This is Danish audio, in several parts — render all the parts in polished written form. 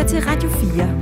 lytter til Radio 4.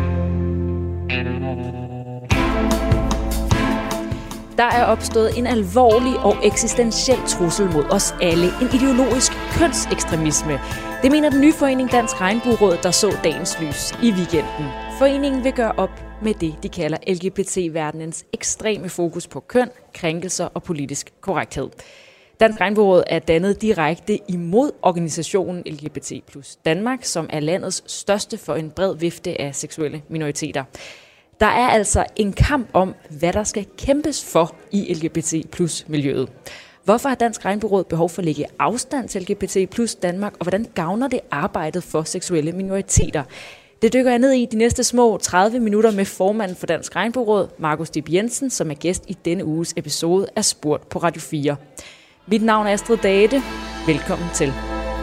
Der er opstået en alvorlig og eksistentiel trussel mod os alle. En ideologisk kønsekstremisme. Det mener den nye forening Dansk Regnbueråd, der så dagens lys i weekenden. Foreningen vil gøre op med det, de kalder LGBT-verdenens ekstreme fokus på køn, krænkelser og politisk korrekthed. Dansk Regnbueråd er dannet direkte imod organisationen LGBT+ Danmark, som er landets største for en bred vifte af seksuelle minoriteter. Der er altså en kamp om, hvad der skal kæmpes for i LGBT+-miljøet. Hvorfor har Dansk Regnbueråd behov for at lægge afstand til LGBT+ Danmark, og hvordan gavner det arbejdet for seksuelle minoriteter? Det dykker jeg ned i de næste små 30 minutter med formanden for Dansk Regnbueråd, Markus Dib Jensen, som er gæst i denne uges episode af Spurgt på Radio 4. Mit navn er Astrid Date. Velkommen til.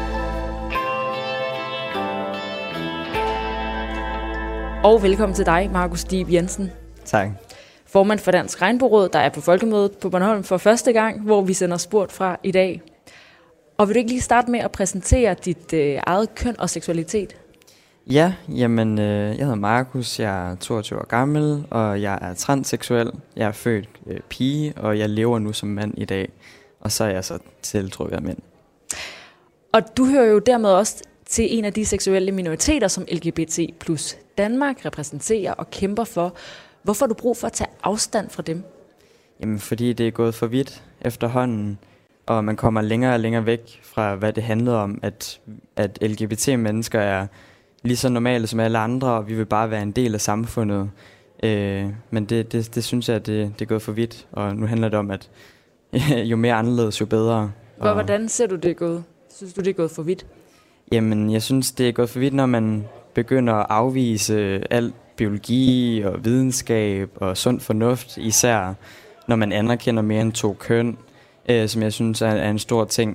Og velkommen til dig, Markus Dib Jensen. Tak. Formand for Dansk Regnbueråd, der er på Folkemødet på Bornholm for første gang, hvor vi sender Spurgt fra i dag. Og vil du ikke lige starte med at præsentere dit eget køn og seksualitet? Ja, jamen, jeg hedder Markus, jeg er 22 år gammel, og jeg er transseksuel. Jeg er født pige, og jeg lever nu som mand i dag. Og så er jeg så tiltrukket af mænd. Og du hører jo dermed også til en af de seksuelle minoriteter, som LGBT+ Danmark repræsenterer og kæmper for. Hvorfor har du brug for at tage afstand fra dem? Jamen, fordi det er gået for vidt efterhånden, og man kommer længere og længere væk fra, hvad det handler om, at LGBT-mennesker er lige så normale som alle andre, og vi vil bare være en del af samfundet. Men det synes jeg, at det er gået for vidt, og nu handler det om, at jo mere anderledes, jo bedre. Hvordan ser du det gået? Synes du, det er gået for vidt? Jamen, jeg synes, det er gået for vidt, når man begynder at afvise alt biologi og videnskab og sund fornuft, især når man anerkender mere end 2 køn, som jeg synes er en stor ting,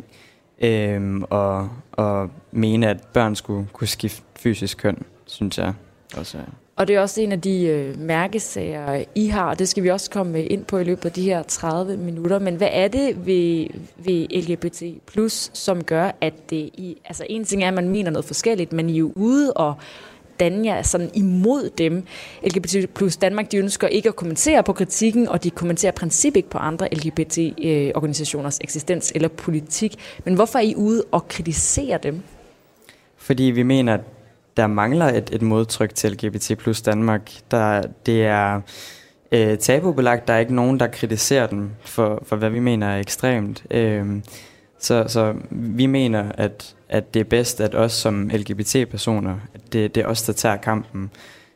og mene, at børn skulle kunne skifte fysisk køn, synes jeg også. Og det er også en af de mærkesager, I har, og det skal vi også komme ind på i løbet af de her 30 minutter. Men hvad er det ved LGBT+, som gør, at det altså en ting er, at man mener noget forskelligt, men I er jo ude og danne jer sådan imod dem. LGBT+ Danmark, de ønsker ikke at kommentere på kritikken, og de kommenterer i princippet ikke på andre LGBT-organisationers eksistens eller politik. Men hvorfor er I ude og kritisere dem? Fordi vi mener, at der mangler et modtryk til LGBT+ Danmark. Det er tabubelagt. Der er ikke nogen, der kritiserer dem for hvad vi mener er ekstremt. Så vi mener, at det er bedst, at os som LGBT-personer, det er os, der tager kampen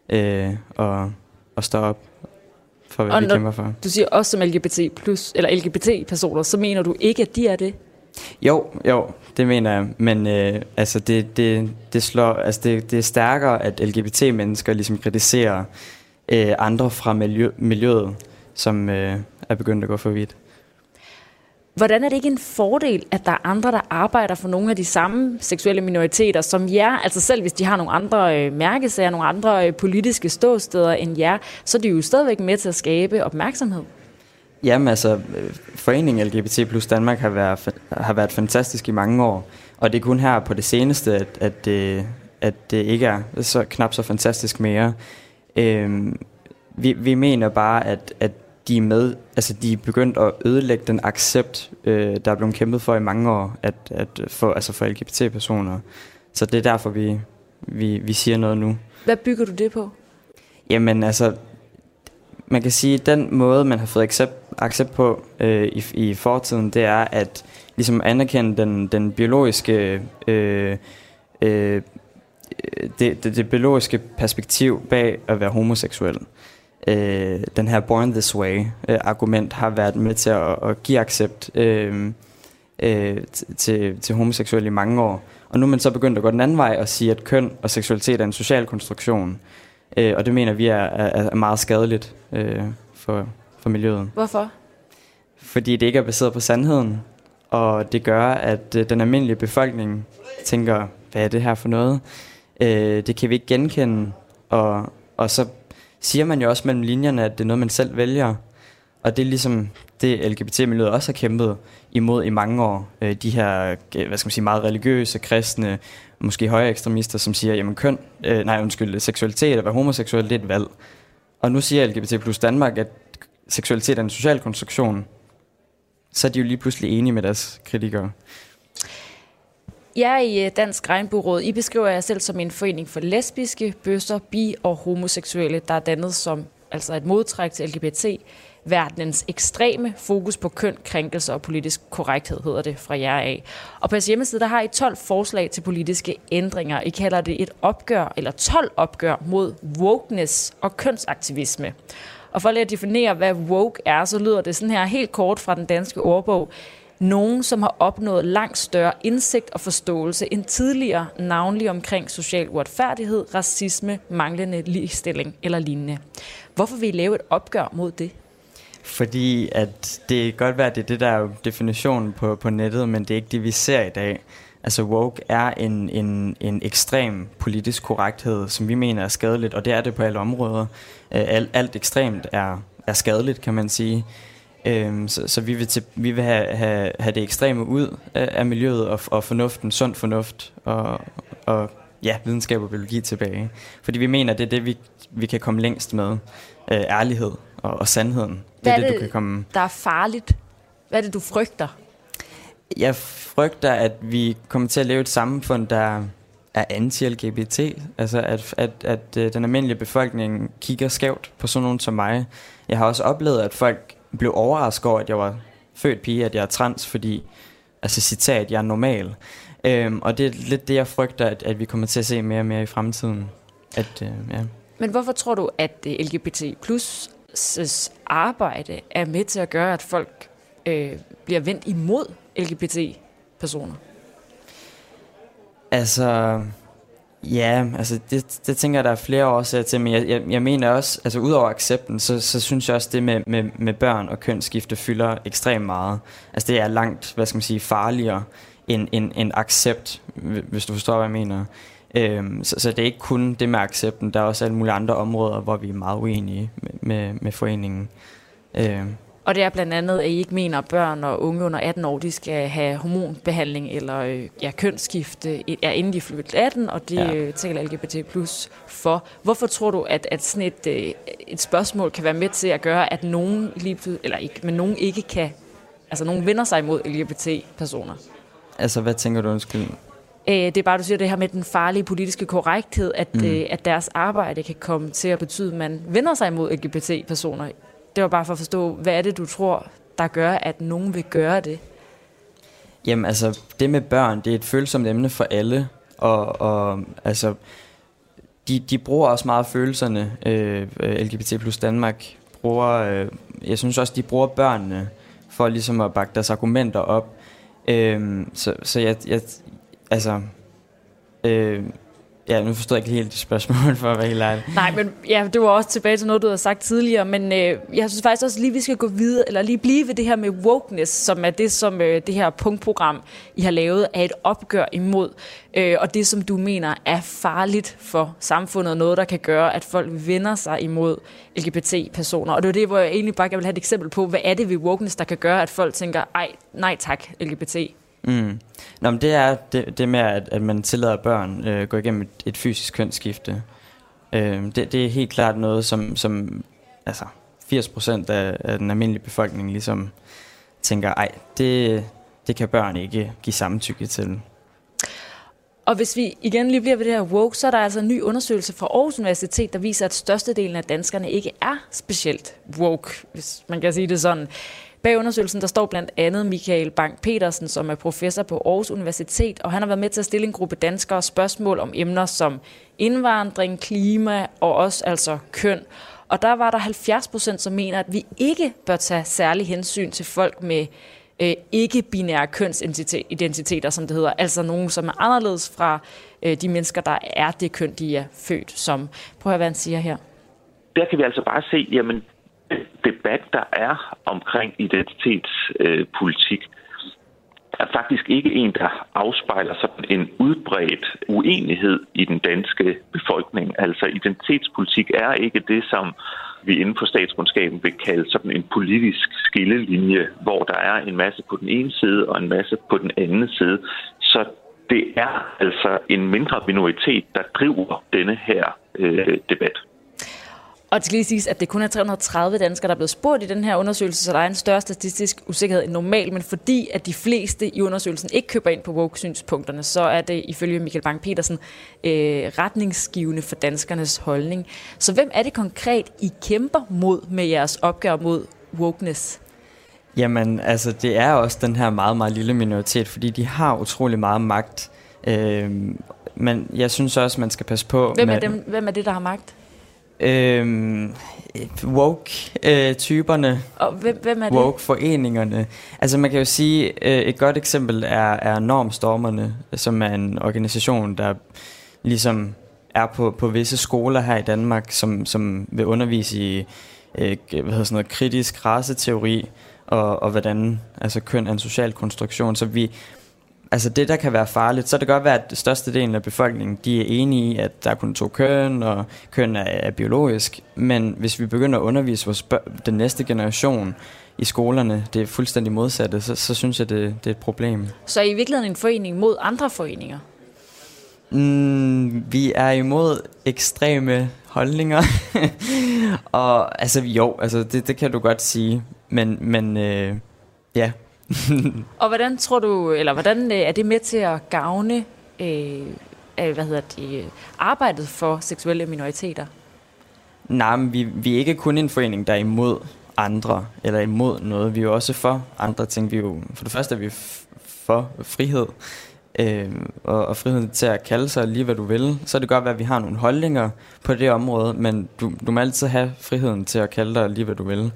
og står op for, hvad vi kæmper for. Du siger os som LGBT-personer, så mener du ikke, at de er det? Jo, det mener jeg, men altså det slår, altså det er stærkere, at LGBT-mennesker ligesom kritiserer andre fra miljøet, som er begyndt at gå for vidt. Hvordan er det ikke en fordel, at der er andre, der arbejder for nogle af de samme seksuelle minoriteter som jer? Altså selv hvis de har nogle andre mærkesager, nogle andre politiske ståsteder end jer, så er de jo stadigvæk med til at skabe opmærksomhed. Jamen altså, foreningen LGBT+ Danmark har været fantastisk i mange år, og det er kun her på det seneste, at det ikke er så knap så fantastisk mere. Vi mener bare, at de er med, altså de er begyndt at ødelægge den accept, der er blevet kæmpet for i mange år, for LGBT-personer. Så det er derfor, vi siger noget nu. Hvad bygger du det på? Jamen altså, man kan sige, at den måde, man har fået accept på i fortiden, det er at ligesom anerkende den biologiske det biologiske perspektiv bag at være homoseksuel. Den her born this way argument har været med til at give accept til homoseksuelle i mange år. Og nu er man så begyndt at gå den anden vej og sige, at køn og seksualitet er en social konstruktion. Og det mener vi er meget skadeligt for miljøet. Hvorfor? Fordi det ikke er baseret på sandheden, og det gør, at den almindelige befolkning tænker, hvad er det her for noget? Det kan vi ikke genkende, og så siger man jo også mellem linjerne, at det er noget, man selv vælger. Og det er ligesom det, LGBT-miljøet også har kæmpet imod i mange år. De her, meget religiøse, kristne, måske højere ekstremister, som siger, jamen seksualitet at være homoseksuel, det er et valg. Og nu siger LGBT plus Danmark, at seksualitet er en social konstruktion. Så er de jo lige pludselig enige med deres kritikere. Jeg er i Dansk Regnbueråd. I beskriver jer selv som en forening for lesbiske, bøsser, bi og homoseksuelle, der er dannet som altså et modtræk til LGBT-verdenens ekstreme fokus på køn, krænkelser og politisk korrekthed, hedder det fra jer af. Og på jeres hjemmeside, der har I 12 forslag til politiske ændringer. I kalder det et opgør, eller 12 opgør mod wokeness og kønsaktivisme. Og for lige at definere, hvad woke er, så lyder det sådan her helt kort fra den danske ordbog. Nogen, som har opnået langt større indsigt og forståelse end tidligere, navnlig omkring social uretfærdighed, racisme, manglende ligestilling eller lignende. Hvorfor vil I lave et opgør mod det? Fordi at det kan godt være, at det er det, der er definitionen på nettet, men det er ikke det, vi ser i dag. Altså woke er en ekstrem politisk korrekthed, som vi mener er skadeligt, og det er det på alle områder. Alt ekstremt er skadeligt, kan man sige. Så vi vil have det ekstreme ud af miljøet og fornuften, sund fornuft og videnskab og biologi tilbage. Fordi vi mener, det er det, vi kan komme længst med. Ærlighed og sandheden. Hvad er det, der er farligt? Hvad er det, du frygter? Jeg frygter, at vi kommer til at leve et samfund, der er anti-LGBT. Altså at den almindelige befolkning kigger skævt på sådan nogen som mig. Jeg har også oplevet, at folk blev overrasket over, at jeg var født pige, at jeg er trans, fordi, altså citat, jeg er normal. Og det er lidt det, jeg frygter, at vi kommer til at se mere og mere i fremtiden. Men hvorfor tror du, at LGBT plus arbejde er med til at gøre, at folk bliver vendt imod LGBT-personer? Det tænker jeg, der er flere årsager til, men jeg mener også, altså udover accepten, så synes jeg også, det med børn og kønsskifte fylder ekstremt meget. Altså det er langt, farligere end accept, hvis du forstår, hvad jeg mener. Så det er ikke kun det med accepten, der er også alle mulige andre områder, hvor vi er meget uenige med foreningen. Og det er blandt andet, at I ikke mener, at børn og unge under 18 år, de skal have hormonbehandling eller kønsskifte, inden de fylder 18, og det taler LGBT plus for. Hvorfor tror du, at sådan et spørgsmål kan være med til at gøre, at nogen nogen ikke kan, altså nogen vender sig imod LGBT-personer? Altså, hvad tænker du, undskyld? Det er bare, du siger det her med den farlige politiske korrekthed, at deres arbejde kan komme til at betyde, at man vender sig imod LGBT-personer. Det var bare for at forstå, hvad er det, du tror, der gør, at nogen vil gøre det? Jamen altså, det med børn, det er et følsomt emne for alle, og altså, de bruger også meget følelserne. LGBT plus Danmark bruger, jeg synes også, de bruger børnene for ligesom at bakke deres argumenter op. Nu forstår jeg ikke helt det spørgsmål, for at være helt ærlig. Nej, men det var også tilbage til noget, du havde sagt tidligere, men jeg synes faktisk også lige, vi skal gå videre, eller lige blive ved det her med wokeness, som er det, som det her punktprogram, I har lavet, er et opgør imod, og det, som du mener er farligt for samfundet, noget, der kan gøre, at folk vender sig imod LGBT-personer. Og det er det, hvor jeg egentlig bare vil have et eksempel på, hvad er det ved wokeness, der kan gøre, at folk tænker, nej tak, LGBT. Nå, men det er det med, at man tillader børn gå igennem et fysisk kønsskifte. Det er helt klart noget, som 80% af den almindelige befolkning ligesom tænker, det kan børn ikke give samtykke til. Og hvis vi igen lige bliver ved det her woke, så er der altså en ny undersøgelse fra Aarhus Universitet, der viser, at størstedelen af danskerne ikke er specielt woke, hvis man kan sige det sådan. Bag undersøgelsen der står blandt andet Michael Bang-Petersen, som er professor på Aarhus Universitet, og han har været med til at stille en gruppe danskere spørgsmål om emner som indvandring, klima og også altså køn. Og der var der 70%, som mener, at vi ikke bør tage særlig hensyn til folk med ikke-binære kønsidentiteter, som det hedder. Altså nogen, som er anderledes fra de mennesker, der er det køn, de er født som. Prøv at høre, hvad han siger her. Der kan vi altså bare se, jamen debat, der er omkring identitetspolitik, er faktisk ikke en, der afspejler sådan en udbredt uenighed i den danske befolkning. Altså identitetspolitik er ikke det, som vi inden for statskundskaben vil kalde sådan en politisk skillelinje, hvor der er en masse på den ene side og en masse på den anden side. Så det er altså en mindre minoritet, der driver denne her debat. Og det skal lige siges, at det kun er 330 danskere, der er blevet spurgt i den her undersøgelse, så der er en større statistisk usikkerhed end normalt, men fordi at de fleste i undersøgelsen ikke køber ind på woke-synspunkterne, så er det ifølge Michael Bang-Petersen retningsgivende for danskernes holdning. Så hvem er det konkret, I kæmper mod med jeres opgør mod wokeness? Jamen, altså det er også den her meget, meget lille minoritet, fordi de har utrolig meget magt. Men jeg synes også, man skal passe på. Hvem er det, der har magt? Woke-typerne, og hvem er det? Woke-foreningerne. Altså man kan jo sige, et godt eksempel er Normstormerne, som er en organisation, der ligesom er på visse skoler her i Danmark, som vil undervise i kritisk raceteori og hvordan altså køn er en social konstruktion. Så altså det, der kan være farligt, så det kan godt være, at størstedelen af befolkningen, de er enige i, at der er kun 2 køn, og køn er biologisk. Men hvis vi begynder at undervise den næste generation i skolerne, det er fuldstændig modsatte, så synes jeg, det er et problem. Så er I virkeligheden en forening mod andre foreninger? Vi er imod ekstreme holdninger. Og altså det kan du godt sige. Men ja. Og hvordan tror du, eller hvordan er det med til at gavne arbejdet for seksuelle minoriteter? Nej, men vi er ikke kun en forening, der er imod andre, eller imod noget. Vi er jo også for andre ting. For det første er vi for frihed, og friheden til at kalde sig lige, hvad du vil. Så er det godt, at vi har nogle holdninger på det område, men du må altid have friheden til at kalde dig lige, hvad du vil.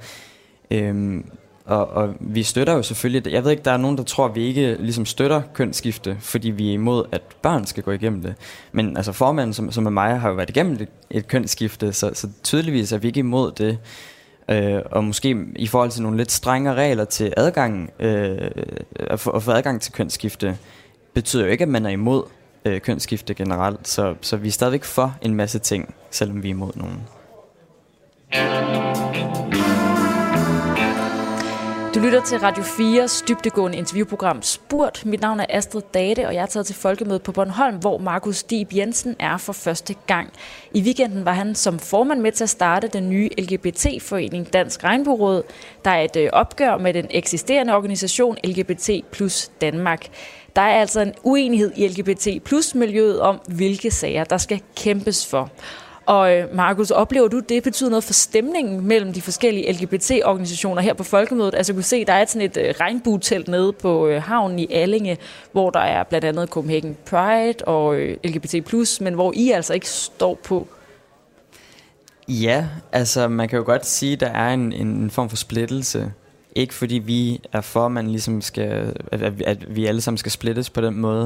Og vi støtter jo selvfølgelig, jeg ved ikke, der er nogen, der tror, at vi ikke ligesom støtter kønsskifte, fordi vi er imod, at børn skal gå igennem det. Men altså formanden, som er mig, har jo været igennem et kønsskifte, så tydeligvis er vi ikke imod det. Og måske i forhold til nogle lidt strengere regler til adgang, at få adgang til kønsskifte, betyder jo ikke, at man er imod kønsskifte generelt. Så vi er stadigvæk for en masse ting, selvom vi er imod nogen. Du lytter til Radio 4's dybdegående interviewprogram Spurgt. Mit navn er Astrid Date, og jeg er taget til folkemødet på Bornholm, hvor Markus Dib Jensen er for første gang. I weekenden var han som formand med til at starte den nye LGBT-forening Dansk Regnbueråd, der er et opgør med den eksisterende organisation LGBT plus Danmark. Der er altså en uenighed i LGBT plus miljøet om, hvilke sager der skal kæmpes for. Og Markus, oplever du, det betyder noget for stemningen mellem de forskellige LGBT-organisationer her på Folkemødet? Altså, jeg kunne se, der er sådan et regnbuetelt nede på havnen i Allinge, hvor der er blandt andet Copenhagen Pride og LGBT+, men hvor I altså ikke står på. Ja, altså man kan jo godt sige, at der er en form for splittelse. Ikke fordi vi er for, man ligesom skal, at vi alle sammen skal splittes på den måde.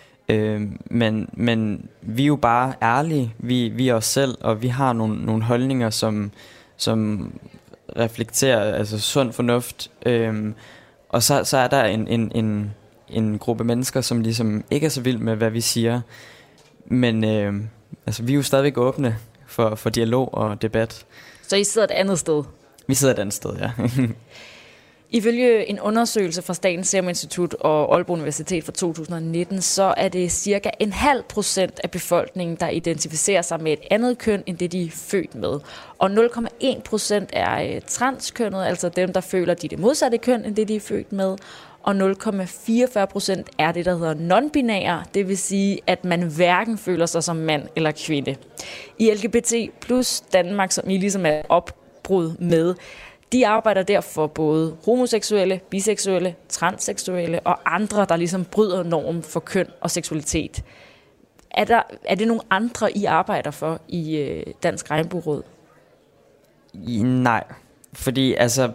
Men vi er jo bare ærlige, vi er os selv, og vi har nogle holdninger, som reflekterer altså sund fornuft. Og så er der en gruppe mennesker, som ligesom ikke er så vild med, hvad vi siger. Men altså, vi er jo stadigvæk åbne for dialog og debat. Så I sidder et andet sted? Vi sidder et andet sted, ja. Ifølge en undersøgelse fra Statens Serum Institut og Aalborg Universitet fra 2019, så er det cirka 0,5% af befolkningen, der identificerer sig med et andet køn, end det de er født med. Og 0,1% er transkønnet, altså dem, der føler, de er det modsatte køn, end det de er født med. Og 0,44% er det, der hedder non-binære, det vil sige, at man hverken føler sig som mand eller kvinde. I LGBT plus Danmark, som I ligesom er opbrud med, de arbejder derfor både homoseksuelle, biseksuelle, transseksuelle og andre, der ligesom bryder normen for køn og seksualitet. Er det nogle andre, I arbejder for i Dansk Regnbueråd? Nej, fordi altså,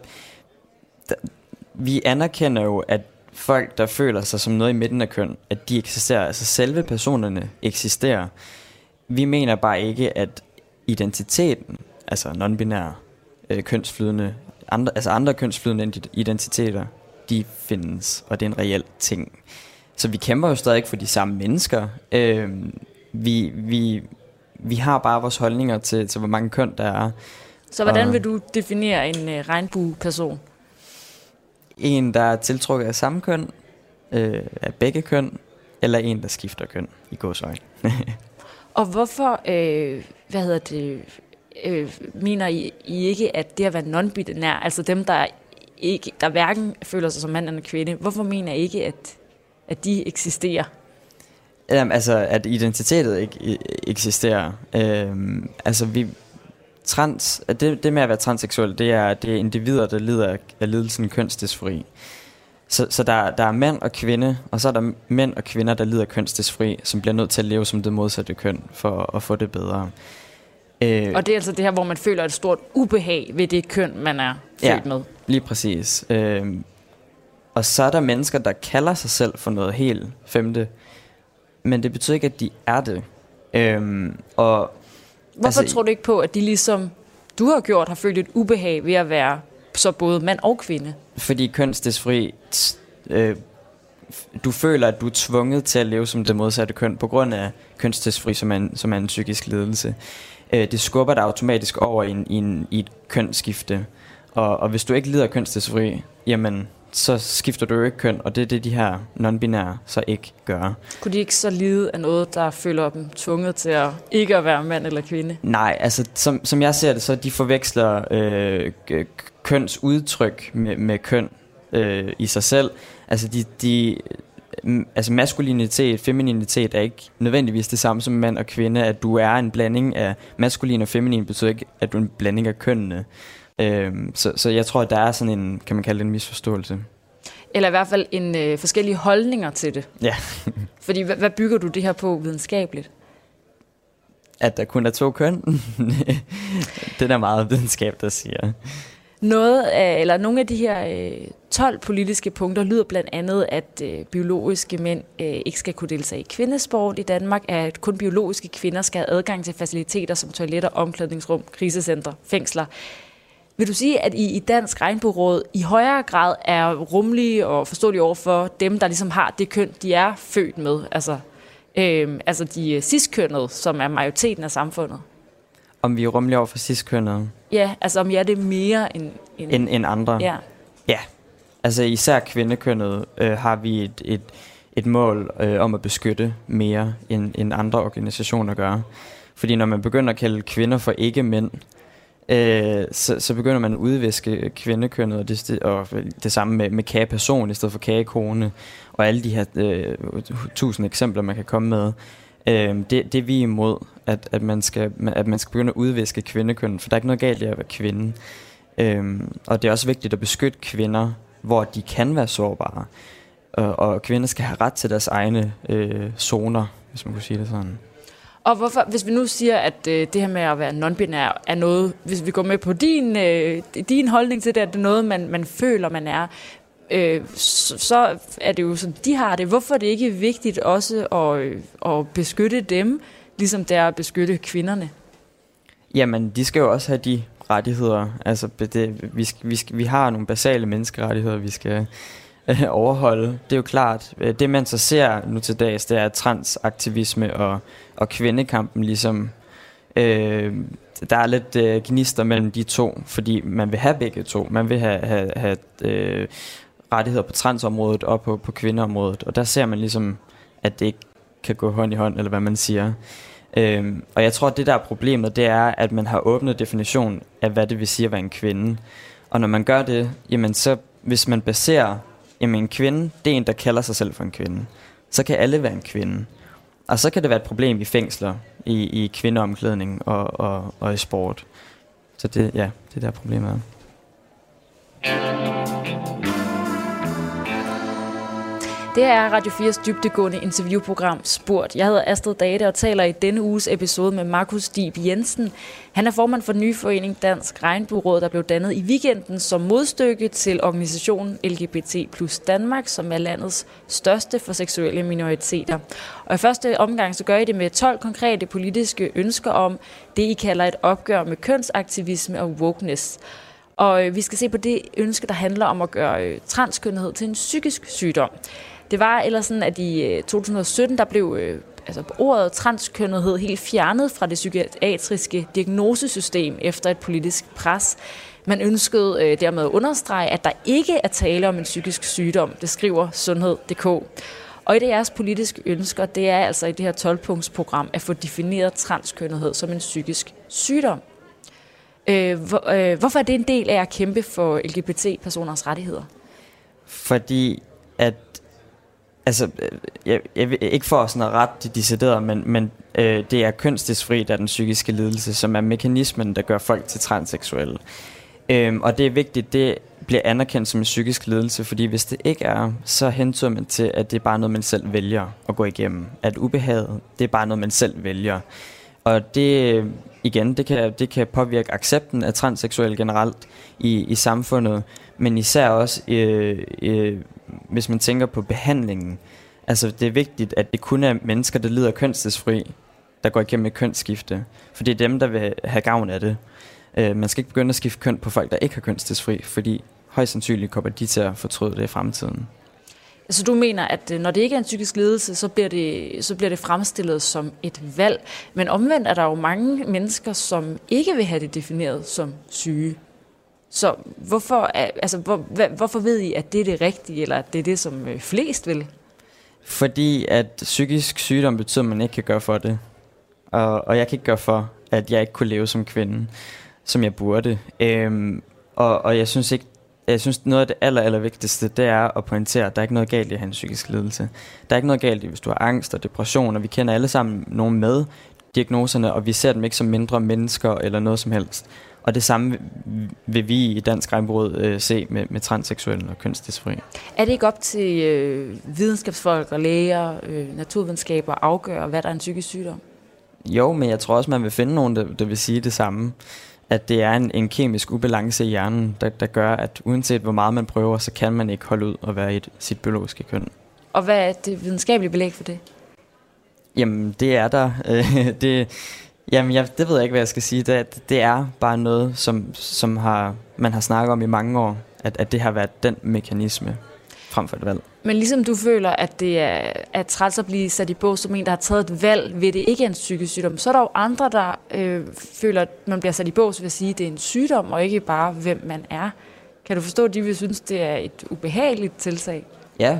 vi anerkender jo, at folk, der føler sig som noget i midten af køn, at de eksisterer, altså selve personerne eksisterer. Vi mener bare ikke, at identiteten, altså non-binære, kønsflydende, andre kønsflydende identiteter, de findes, og det er en reel ting. Så vi kæmper jo stadig for de samme mennesker. Vi har bare vores holdninger til hvor mange køn der er, Så hvordan vil du definere en regnbueperson? En, der er tiltrukket af samme køn, af begge køn, eller en, der skifter køn i gåseøjne. Og hvorfor, mener I ikke, at det at være non-binær, altså dem, der hverken føler sig som mand eller kvinde, hvorfor mener I ikke, at de eksisterer? Jamen, altså, at identitetet ikke eksisterer. Det med at være transseksuel, det er individer, der lider af lidelsen kønsdysfori. Så der er mænd og kvinde, og så er der mænd og kvinder, der lider af kønsdysfori, som bliver nødt til at leve som det modsatte køn, for at få det bedre. Og det er altså det her, hvor man føler et stort ubehag ved det køn, man er født med. Lige præcis. Og så er der mennesker, der kalder sig selv for noget helt femte, men det betyder ikke, at de er det. Hvorfor tror du ikke på, at de ligesom du har gjort, har følt et ubehag ved at være så både mand og kvinde? Fordi kønsdysfori, du føler, at du er tvunget til at leve som det modsatte køn, på grund af kønsdysfori, som er en psykisk lidelse. Det skubber dig automatisk over i et kønsskifte. Og hvis du ikke lider af kønsdysfori, jamen, så skifter du jo ikke køn, og det er det, de her non-binære så ikke gør. Kunne de ikke så lide af noget, der føler dem tvunget til at ikke at være mand eller kvinde? Nej, altså som jeg ser det, så de forveksler kønsudtryk med køn i sig selv. Altså maskulinitet, femininitet er ikke nødvendigvis det samme som mand og kvinde. At du er en blanding af maskulin og feminin, betyder ikke, at du er en blanding af kønnene. Så jeg tror, at der er sådan en, kan man kalde det, en misforståelse. Eller i hvert fald forskellige holdninger til det. Ja. Fordi hvad bygger du det her på videnskabeligt? At der kun er 2 køn. Det er der meget videnskab, der siger. Nogle af de her 12 politiske punkter lyder blandt andet, at biologiske mænd ikke skal kunne deltage i kvindesport i Danmark, at kun biologiske kvinder skal have adgang til faciliteter som toiletter, omklædningsrum, krisecentre, fængsler. Vil du sige, at I i Dansk Regnbueråd i højere grad er rummelige og forståelige over for dem, der ligesom har det køn, de er født med? Altså de cis-kønnede, som er majoriteten af samfundet. Om vi er rummelige over for cis-kønnede? Ja, altså om I er det mere end andre? Ja. Ja, altså især kvindekønnet har vi et mål om at beskytte mere, end andre organisationer gør. Fordi når man begynder at kalde kvinder for ikke-mænd, så begynder man at udviske kvindekønnet, og det samme med kageperson i stedet for kagekone, og alle de her 1000 eksempler, man kan komme med. Det er vi imod, at man skal begynde at udviske kvindekønnet, for der er ikke noget galt i at være kvinde. Og det er også vigtigt at beskytte kvinder, hvor de kan være sårbare. Og kvinder skal have ret til deres egne zoner, hvis man kunne sige det sådan. Og hvorfor, hvis vi nu siger, at det her med at være non-binær er noget, hvis vi går med på din holdning til det, at det er noget, man føler, man er, så er det jo sådan, de har det. Hvorfor er det ikke vigtigt også at beskytte dem, ligesom det er at beskytte kvinderne? Jamen, de skal jo også have de rettigheder. Altså, vi har nogle basale menneskerettigheder, vi skal overholde. Det er jo klart. Det man så ser nu til dags, det er transaktivisme og kvindekampen ligesom. Der er lidt gnister mellem de to, fordi man vil have begge to. Man vil have rettigheder på transområdet og på kvindeområdet, og der ser man ligesom, at det ikke kan gå hånd i hånd, eller hvad man siger. Og jeg tror, at det der er problemet, det er, at man har åbnet definition af, hvad det vil sige at være en kvinde. Og når man gør det, jamen så, hvis man baserer, jamen en kvinde, det er en, der kalder sig selv for en kvinde, så kan alle være en kvinde. Og så kan det være et problem i fængsler, i kvindeomklædning og i sport. Så det der problemet er. Det er Radio 4's dybdegående interviewprogram Spurgt. Jeg hedder Astrid Date og taler i denne uges episode med Markus Dib Jensen. Han er formand for den nye forening Dansk Regnbueråd, der blev dannet i weekenden som modstykke til organisationen LGBT plus Danmark, som er landets største for seksuelle minoriteter. Og i første omgang så gør I det med 12 konkrete politiske ønsker om det, I kalder et opgør med kønsaktivisme og wokeness. Og vi skal se på det ønske, der handler om at gøre transkønnethed til en psykisk sygdom. Det var ellers sådan, at i 2017, der blev ordet transkønnethed helt fjernet fra det psykiatriske diagnosesystem efter et politisk pres. Man ønskede dermed at understrege, at der ikke er tale om en psykisk sygdom, det skriver Sundhed.dk. Og et af jeres politiske ønsker, det er altså i det her 12-punktsprogram at få defineret transkønnethed som en psykisk sygdom. Hvorfor er det en del af at kæmpe for LGBT-personers rettigheder? Fordi at, altså, jeg vil ikke for sådan at rette de deciderede, men det er kønsdysfori, der er den psykiske lidelse, som er mekanismen, der gør folk til transseksuelle. Og det er vigtigt, det bliver anerkendt som en psykisk lidelse, fordi hvis det ikke er, så hentyder man til, at det er bare noget, man selv vælger at gå igennem. At ubehaget, det er bare noget, man selv vælger. Og det, igen, det kan påvirke accepten af transseksuelle generelt i samfundet, men især også, hvis man tænker på behandlingen. Altså, det er vigtigt, at det kun er mennesker, der lider kønsdysfori, der går igennem et kønsskifte. For det er dem, der vil have gavn af det. Man skal ikke begynde at skifte køn på folk, der ikke har kønsdysfori, fordi højst sandsynligt kommer de til at fortryde det i fremtiden. Så du mener, at når det ikke er en psykisk lidelse, så bliver det fremstillet som et valg. Men omvendt er der jo mange mennesker, som ikke vil have det defineret som syge. Så hvorfor ved I, at det er det rigtige, eller at det er det, som flest vil? Fordi at psykisk sygdom betyder, at man ikke kan gøre for det. Og jeg kan ikke gøre for, at jeg ikke kunne leve som kvinde, som jeg burde. Og jeg synes noget af det aller vigtigste, det er at pointere, at der er ikke noget galt i at have en psykisk lidelse. Der er ikke noget galt i, hvis du har angst og depression, og vi kender alle sammen nogen med diagnoserne, og vi ser dem ikke som mindre mennesker eller noget som helst. Og det samme vil vi i Dansk Regnbueråd se med transseksuelle og kønsdysfori. Er det ikke op til videnskabsfolk og læger, naturvidenskaber at afgøre, hvad der er en psykisk sygdom? Jo, men jeg tror også, man vil finde nogen, der vil sige det samme. At det er en kemisk ubalance i hjernen, der gør, at uanset hvor meget man prøver, så kan man ikke holde ud og være i sit biologiske køn. Og hvad er det videnskabelige belæg for det? Jamen, det er der. Det ved jeg ikke, hvad jeg skal sige. Det er bare noget, som man har snakket om i mange år, at det har været den mekanisme frem for et valg. Men ligesom du føler, at det er træls at blive sat i bås som en, der har taget et valg ved det ikke er en psykisk sygdom, så er der jo andre, der føler, at man bliver sat i bås ved at sige, at det er en sygdom, og ikke bare, hvem man er. Kan du forstå, at de vil synes, det er et ubehageligt tiltag? Ja.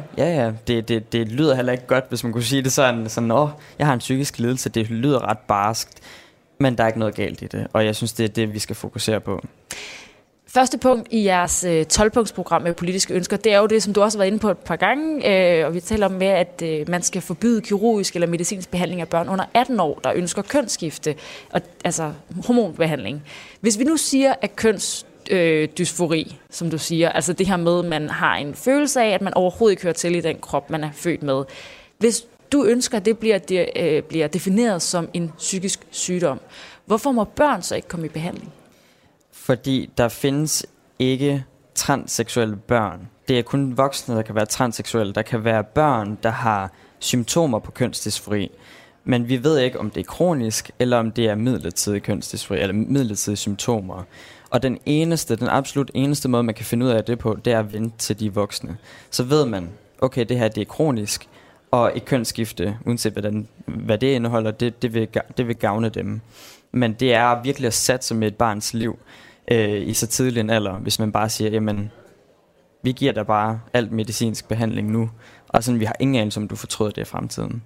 Det lyder heller ikke godt, hvis man kunne sige det sådan, jeg har en psykisk lidelse. Det lyder ret barskt, men der er ikke noget galt i det, og jeg synes, det er det, vi skal fokusere på. Første punkt i jeres 12-punktsprogram med politiske ønsker, det er jo det, som du også har været inde på et par gange, og vi taler om med, at man skal forbyde kirurgisk eller medicinsk behandling af børn under 18 år, der ønsker kønsskifte, altså hormonbehandling. Hvis vi nu siger, at kønsdysfori, som du siger, altså det her med, at man har en følelse af, at man overhovedet ikke hører til i den krop, man er født med. Hvis du ønsker, at det bliver defineret som en psykisk sygdom, hvorfor må børn så ikke komme i behandling? Fordi der findes ikke transseksuelle børn. Det er kun voksne, der kan være transseksuelle. Der kan være børn, der har symptomer på kønsdysfori. Men vi ved ikke, om det er kronisk, eller om det er midlertidig kønsdysfori, eller midlertidige symptomer. Og den absolut eneste måde, man kan finde ud af det på, det er at vente til de voksne. Så ved man, okay, det her det er kronisk, og et kønsskifte, uanset hvad det indeholder, det vil gavne dem. Men det er virkelig at satse med et barns liv i så tidlig en alder, hvis man bare siger, jamen, vi giver dig bare alt medicinsk behandling nu, og sådan, vi har ingen anelse om, du fortryder det i fremtiden.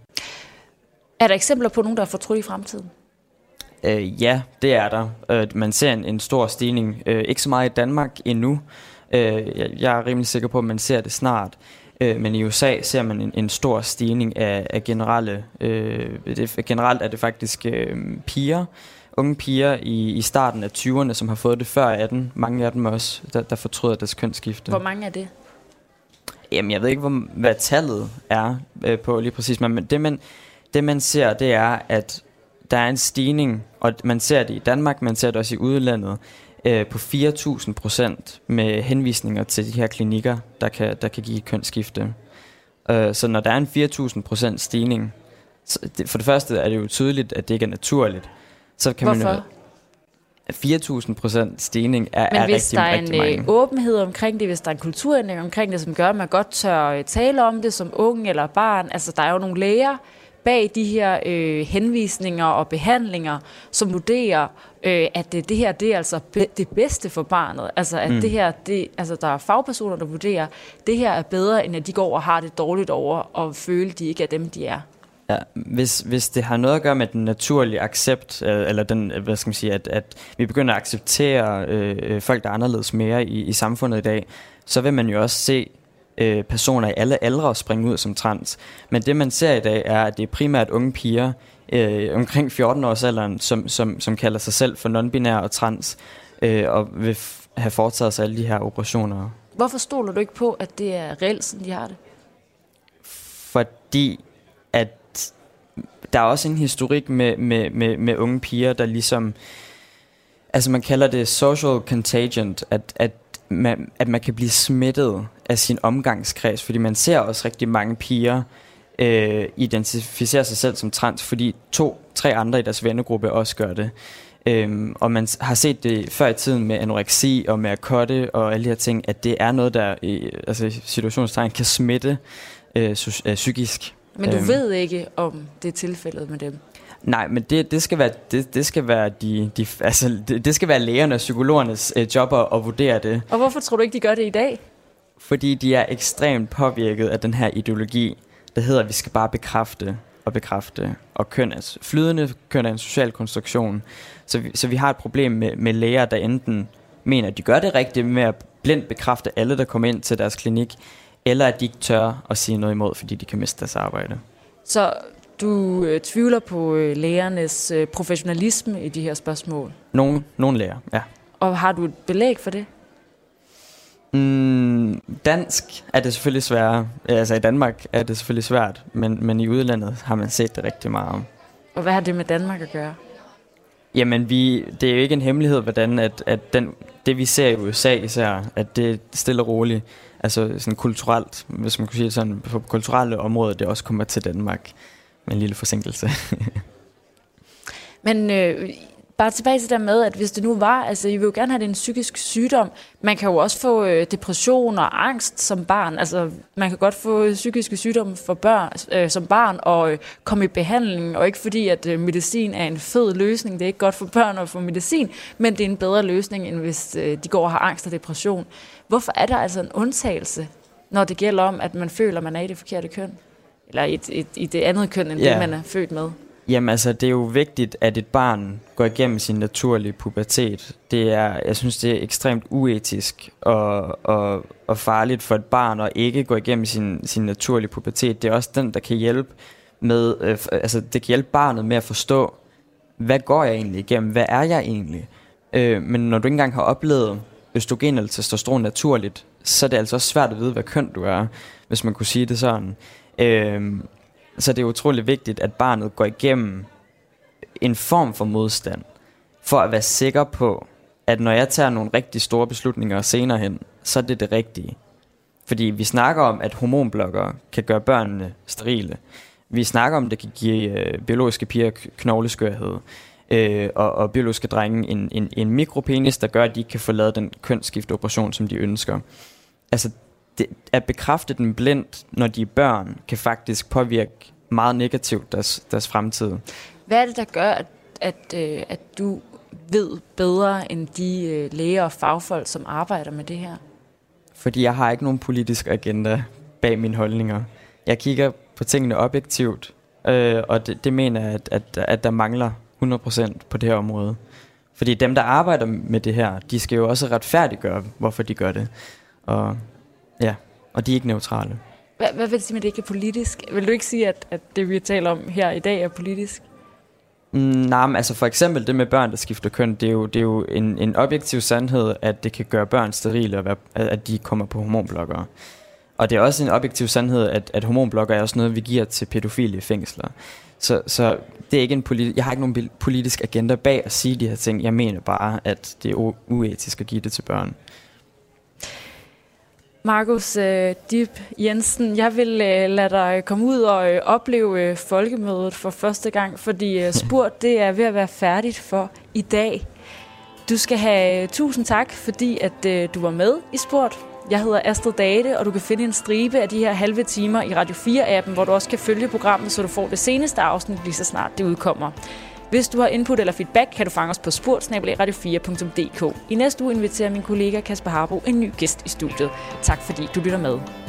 Er der eksempler på nogen, der har fortrudt i fremtiden? Ja, det er der. Man ser en stor stigning. Ikke så meget i Danmark endnu. Jeg er rimelig sikker på, at man ser det snart. Men i USA ser man en stor stigning af generelle... generelt er det faktisk unge piger i starten af 20'erne, som har fået det før 18. Mange af dem også, der fortryder deres kønsskifte. Hvor mange er det? Jamen, jeg ved ikke, hvad tallet er på lige præcis, men det man ser, det er, at der er en stigning, og man ser det i Danmark, man ser det også i udlandet, på 4.000% med henvisninger til de her klinikker, der kan give et kønsskifte. Så når der er en 4.000% stigning, for det første er det jo tydeligt, at det ikke er naturligt. Så kan hvorfor? 4.000% stigning er rigtig, rigtig mange. Men hvis der er en åbenhed omkring det, hvis der er en kulturændring omkring det, som gør, at man godt tør tale om det som unge eller barn, altså der er jo nogle læger bag de her henvisninger og behandlinger, som vurderer, at det her det er altså det bedste for barnet. Altså at det her, der er fagpersoner, der vurderer, det her er bedre, end at de går og har det dårligt over og føler, de ikke er dem, de er. Ja, hvis det har noget at gøre med den naturlige accept, eller den, hvad skal man sige, at vi begynder at acceptere folk, der er anderledes mere i samfundet i dag, så vil man jo også se personer i alle aldre springe ud som trans. Men det man ser i dag er, at det er primært unge piger omkring 14-årsalderen, som kalder sig selv for non-binær og trans, og vil have foretaget sig alle de her operationer. Hvorfor stoler du ikke på, at det er reelt, sådan de har det? Fordi at der er også en historik med unge piger, der ligesom, altså man kalder det social contagion, at man kan blive smittet af sin omgangskreds, fordi man ser også rigtig mange piger identificere sig selv som trans, fordi 2-3 andre i deres vennegruppe også gør det. Og man har set det før i tiden med anoreksi og med at cutte og alle de her ting, at det er noget, der i situationstegn kan smitte psykisk. Men du ved ikke, om det er tilfældet med dem? Nej, men det skal være det skal være lægerne og psykologernes job at vurdere det. Og hvorfor tror du ikke, de gør det i dag? Fordi de er ekstremt påvirket af den her ideologi, der hedder, at vi skal bare bekræfte. Og flydende køn er en social konstruktion. Så vi har et problem med læger, der enten mener, at de gør det rigtigt med at blindt bekræfte alle, der kommer ind til deres klinik, eller at de ikke tør at sige noget imod, fordi de kan miste deres arbejde. Så du tvivler på lægernes professionalisme i de her spørgsmål? Nogle læger, ja. Og har du et belæg for det? Dansk er det selvfølgelig sværere. Altså i Danmark er det selvfølgelig svært, men i udlandet har man set det rigtig meget. Og hvad har det med Danmark at gøre? Jamen, det er jo ikke en hemmelighed, hvordan det vi ser i USA især, at det stille og roligt, altså sådan kulturelt, hvis man kunne sige sådan, på kulturelle områder, det også kommer til Danmark med en lille forsinkelse. Men bare tilbage til det med, at hvis det nu var, altså I vil jo gerne have det en psykisk sygdom, man kan jo også få depression og angst som barn, altså man kan godt få psykiske sygdomme for børn, som barn og komme i behandling, og ikke fordi at medicin er en fed løsning, det er ikke godt for børn at få medicin, men det er en bedre løsning, end hvis de går og har angst og depression. Hvorfor er der altså en undtagelse, når det gælder om, at man føler, at man er i det forkerte køn? Eller i det andet køn, end det man er født med? Jamen altså, det er jo vigtigt, at et barn går igennem sin naturlige pubertet. Jeg synes, det er ekstremt uetisk og farligt for et barn at ikke gå igennem sin naturlige pubertet. Det er også den, der kan hjælpe med, det kan hjælpe barnet med at forstå, hvad går jeg egentlig igennem? Hvad er jeg egentlig? Men når du ikke engang har oplevet østrogen eller testosteron naturligt, så er det altså også svært at vide, hvad køn du er, hvis man kunne sige det sådan. Så det er utrolig vigtigt, at barnet går igennem en form for modstand, for at være sikker på, at når jeg tager nogle rigtig store beslutninger senere hen, så er det det rigtige. Fordi vi snakker om, at hormonblokkere kan gøre børnene sterile. Vi snakker om, at det kan give biologiske piger knogleskørhed, og biologiske drenge en mikropenis, der gør, at de ikke kan få lavet den kønsskifteoperation, som de ønsker. Altså, at bekræfte den blindt, når de er børn, kan faktisk påvirke meget negativt deres fremtid. Hvad er det, der gør, at du ved bedre end de læger og fagfolk, som arbejder med det her? Fordi jeg har ikke nogen politisk agenda bag mine holdninger. Jeg kigger på tingene objektivt, og det mener jeg, at der mangler 100% på det her område. Fordi dem, der arbejder med det her, de skal jo også retfærdiggøre, hvorfor de gør det. Og de er ikke neutrale. Hvad vil det sige med, at det ikke er politisk? Vil du ikke sige, at det, vi taler om her i dag, er politisk? Nej, men altså for eksempel det med børn, der skifter køn, det er jo en objektiv sandhed, at det kan gøre børn sterile, og at de kommer på hormonblokkere. Og det er også en objektiv sandhed, at hormonblokkere er også noget, vi giver til pædofile i fængsler. Så det er ikke jeg har ikke nogen politisk agenda bag at sige de her ting. Jeg mener bare, at det er uetisk at give det til børn. Markus Dib Jensen, jeg vil lade dig komme ud og opleve folkemødet for første gang, fordi Spurgt, det er ved at være færdigt for i dag. Du skal have tusind tak, fordi at du var med i Spurgt. Jeg hedder Astrid Date, og du kan finde en stribe af de her halve timer i Radio 4-appen, hvor du også kan følge programmet, så du får det seneste afsnit lige så snart det udkommer. Hvis du har input eller feedback, kan du fange os på spurt@radio4.dk. I næste uge inviterer min kollega Kasper Harbo en ny gæst i studiet. Tak fordi du lytter med.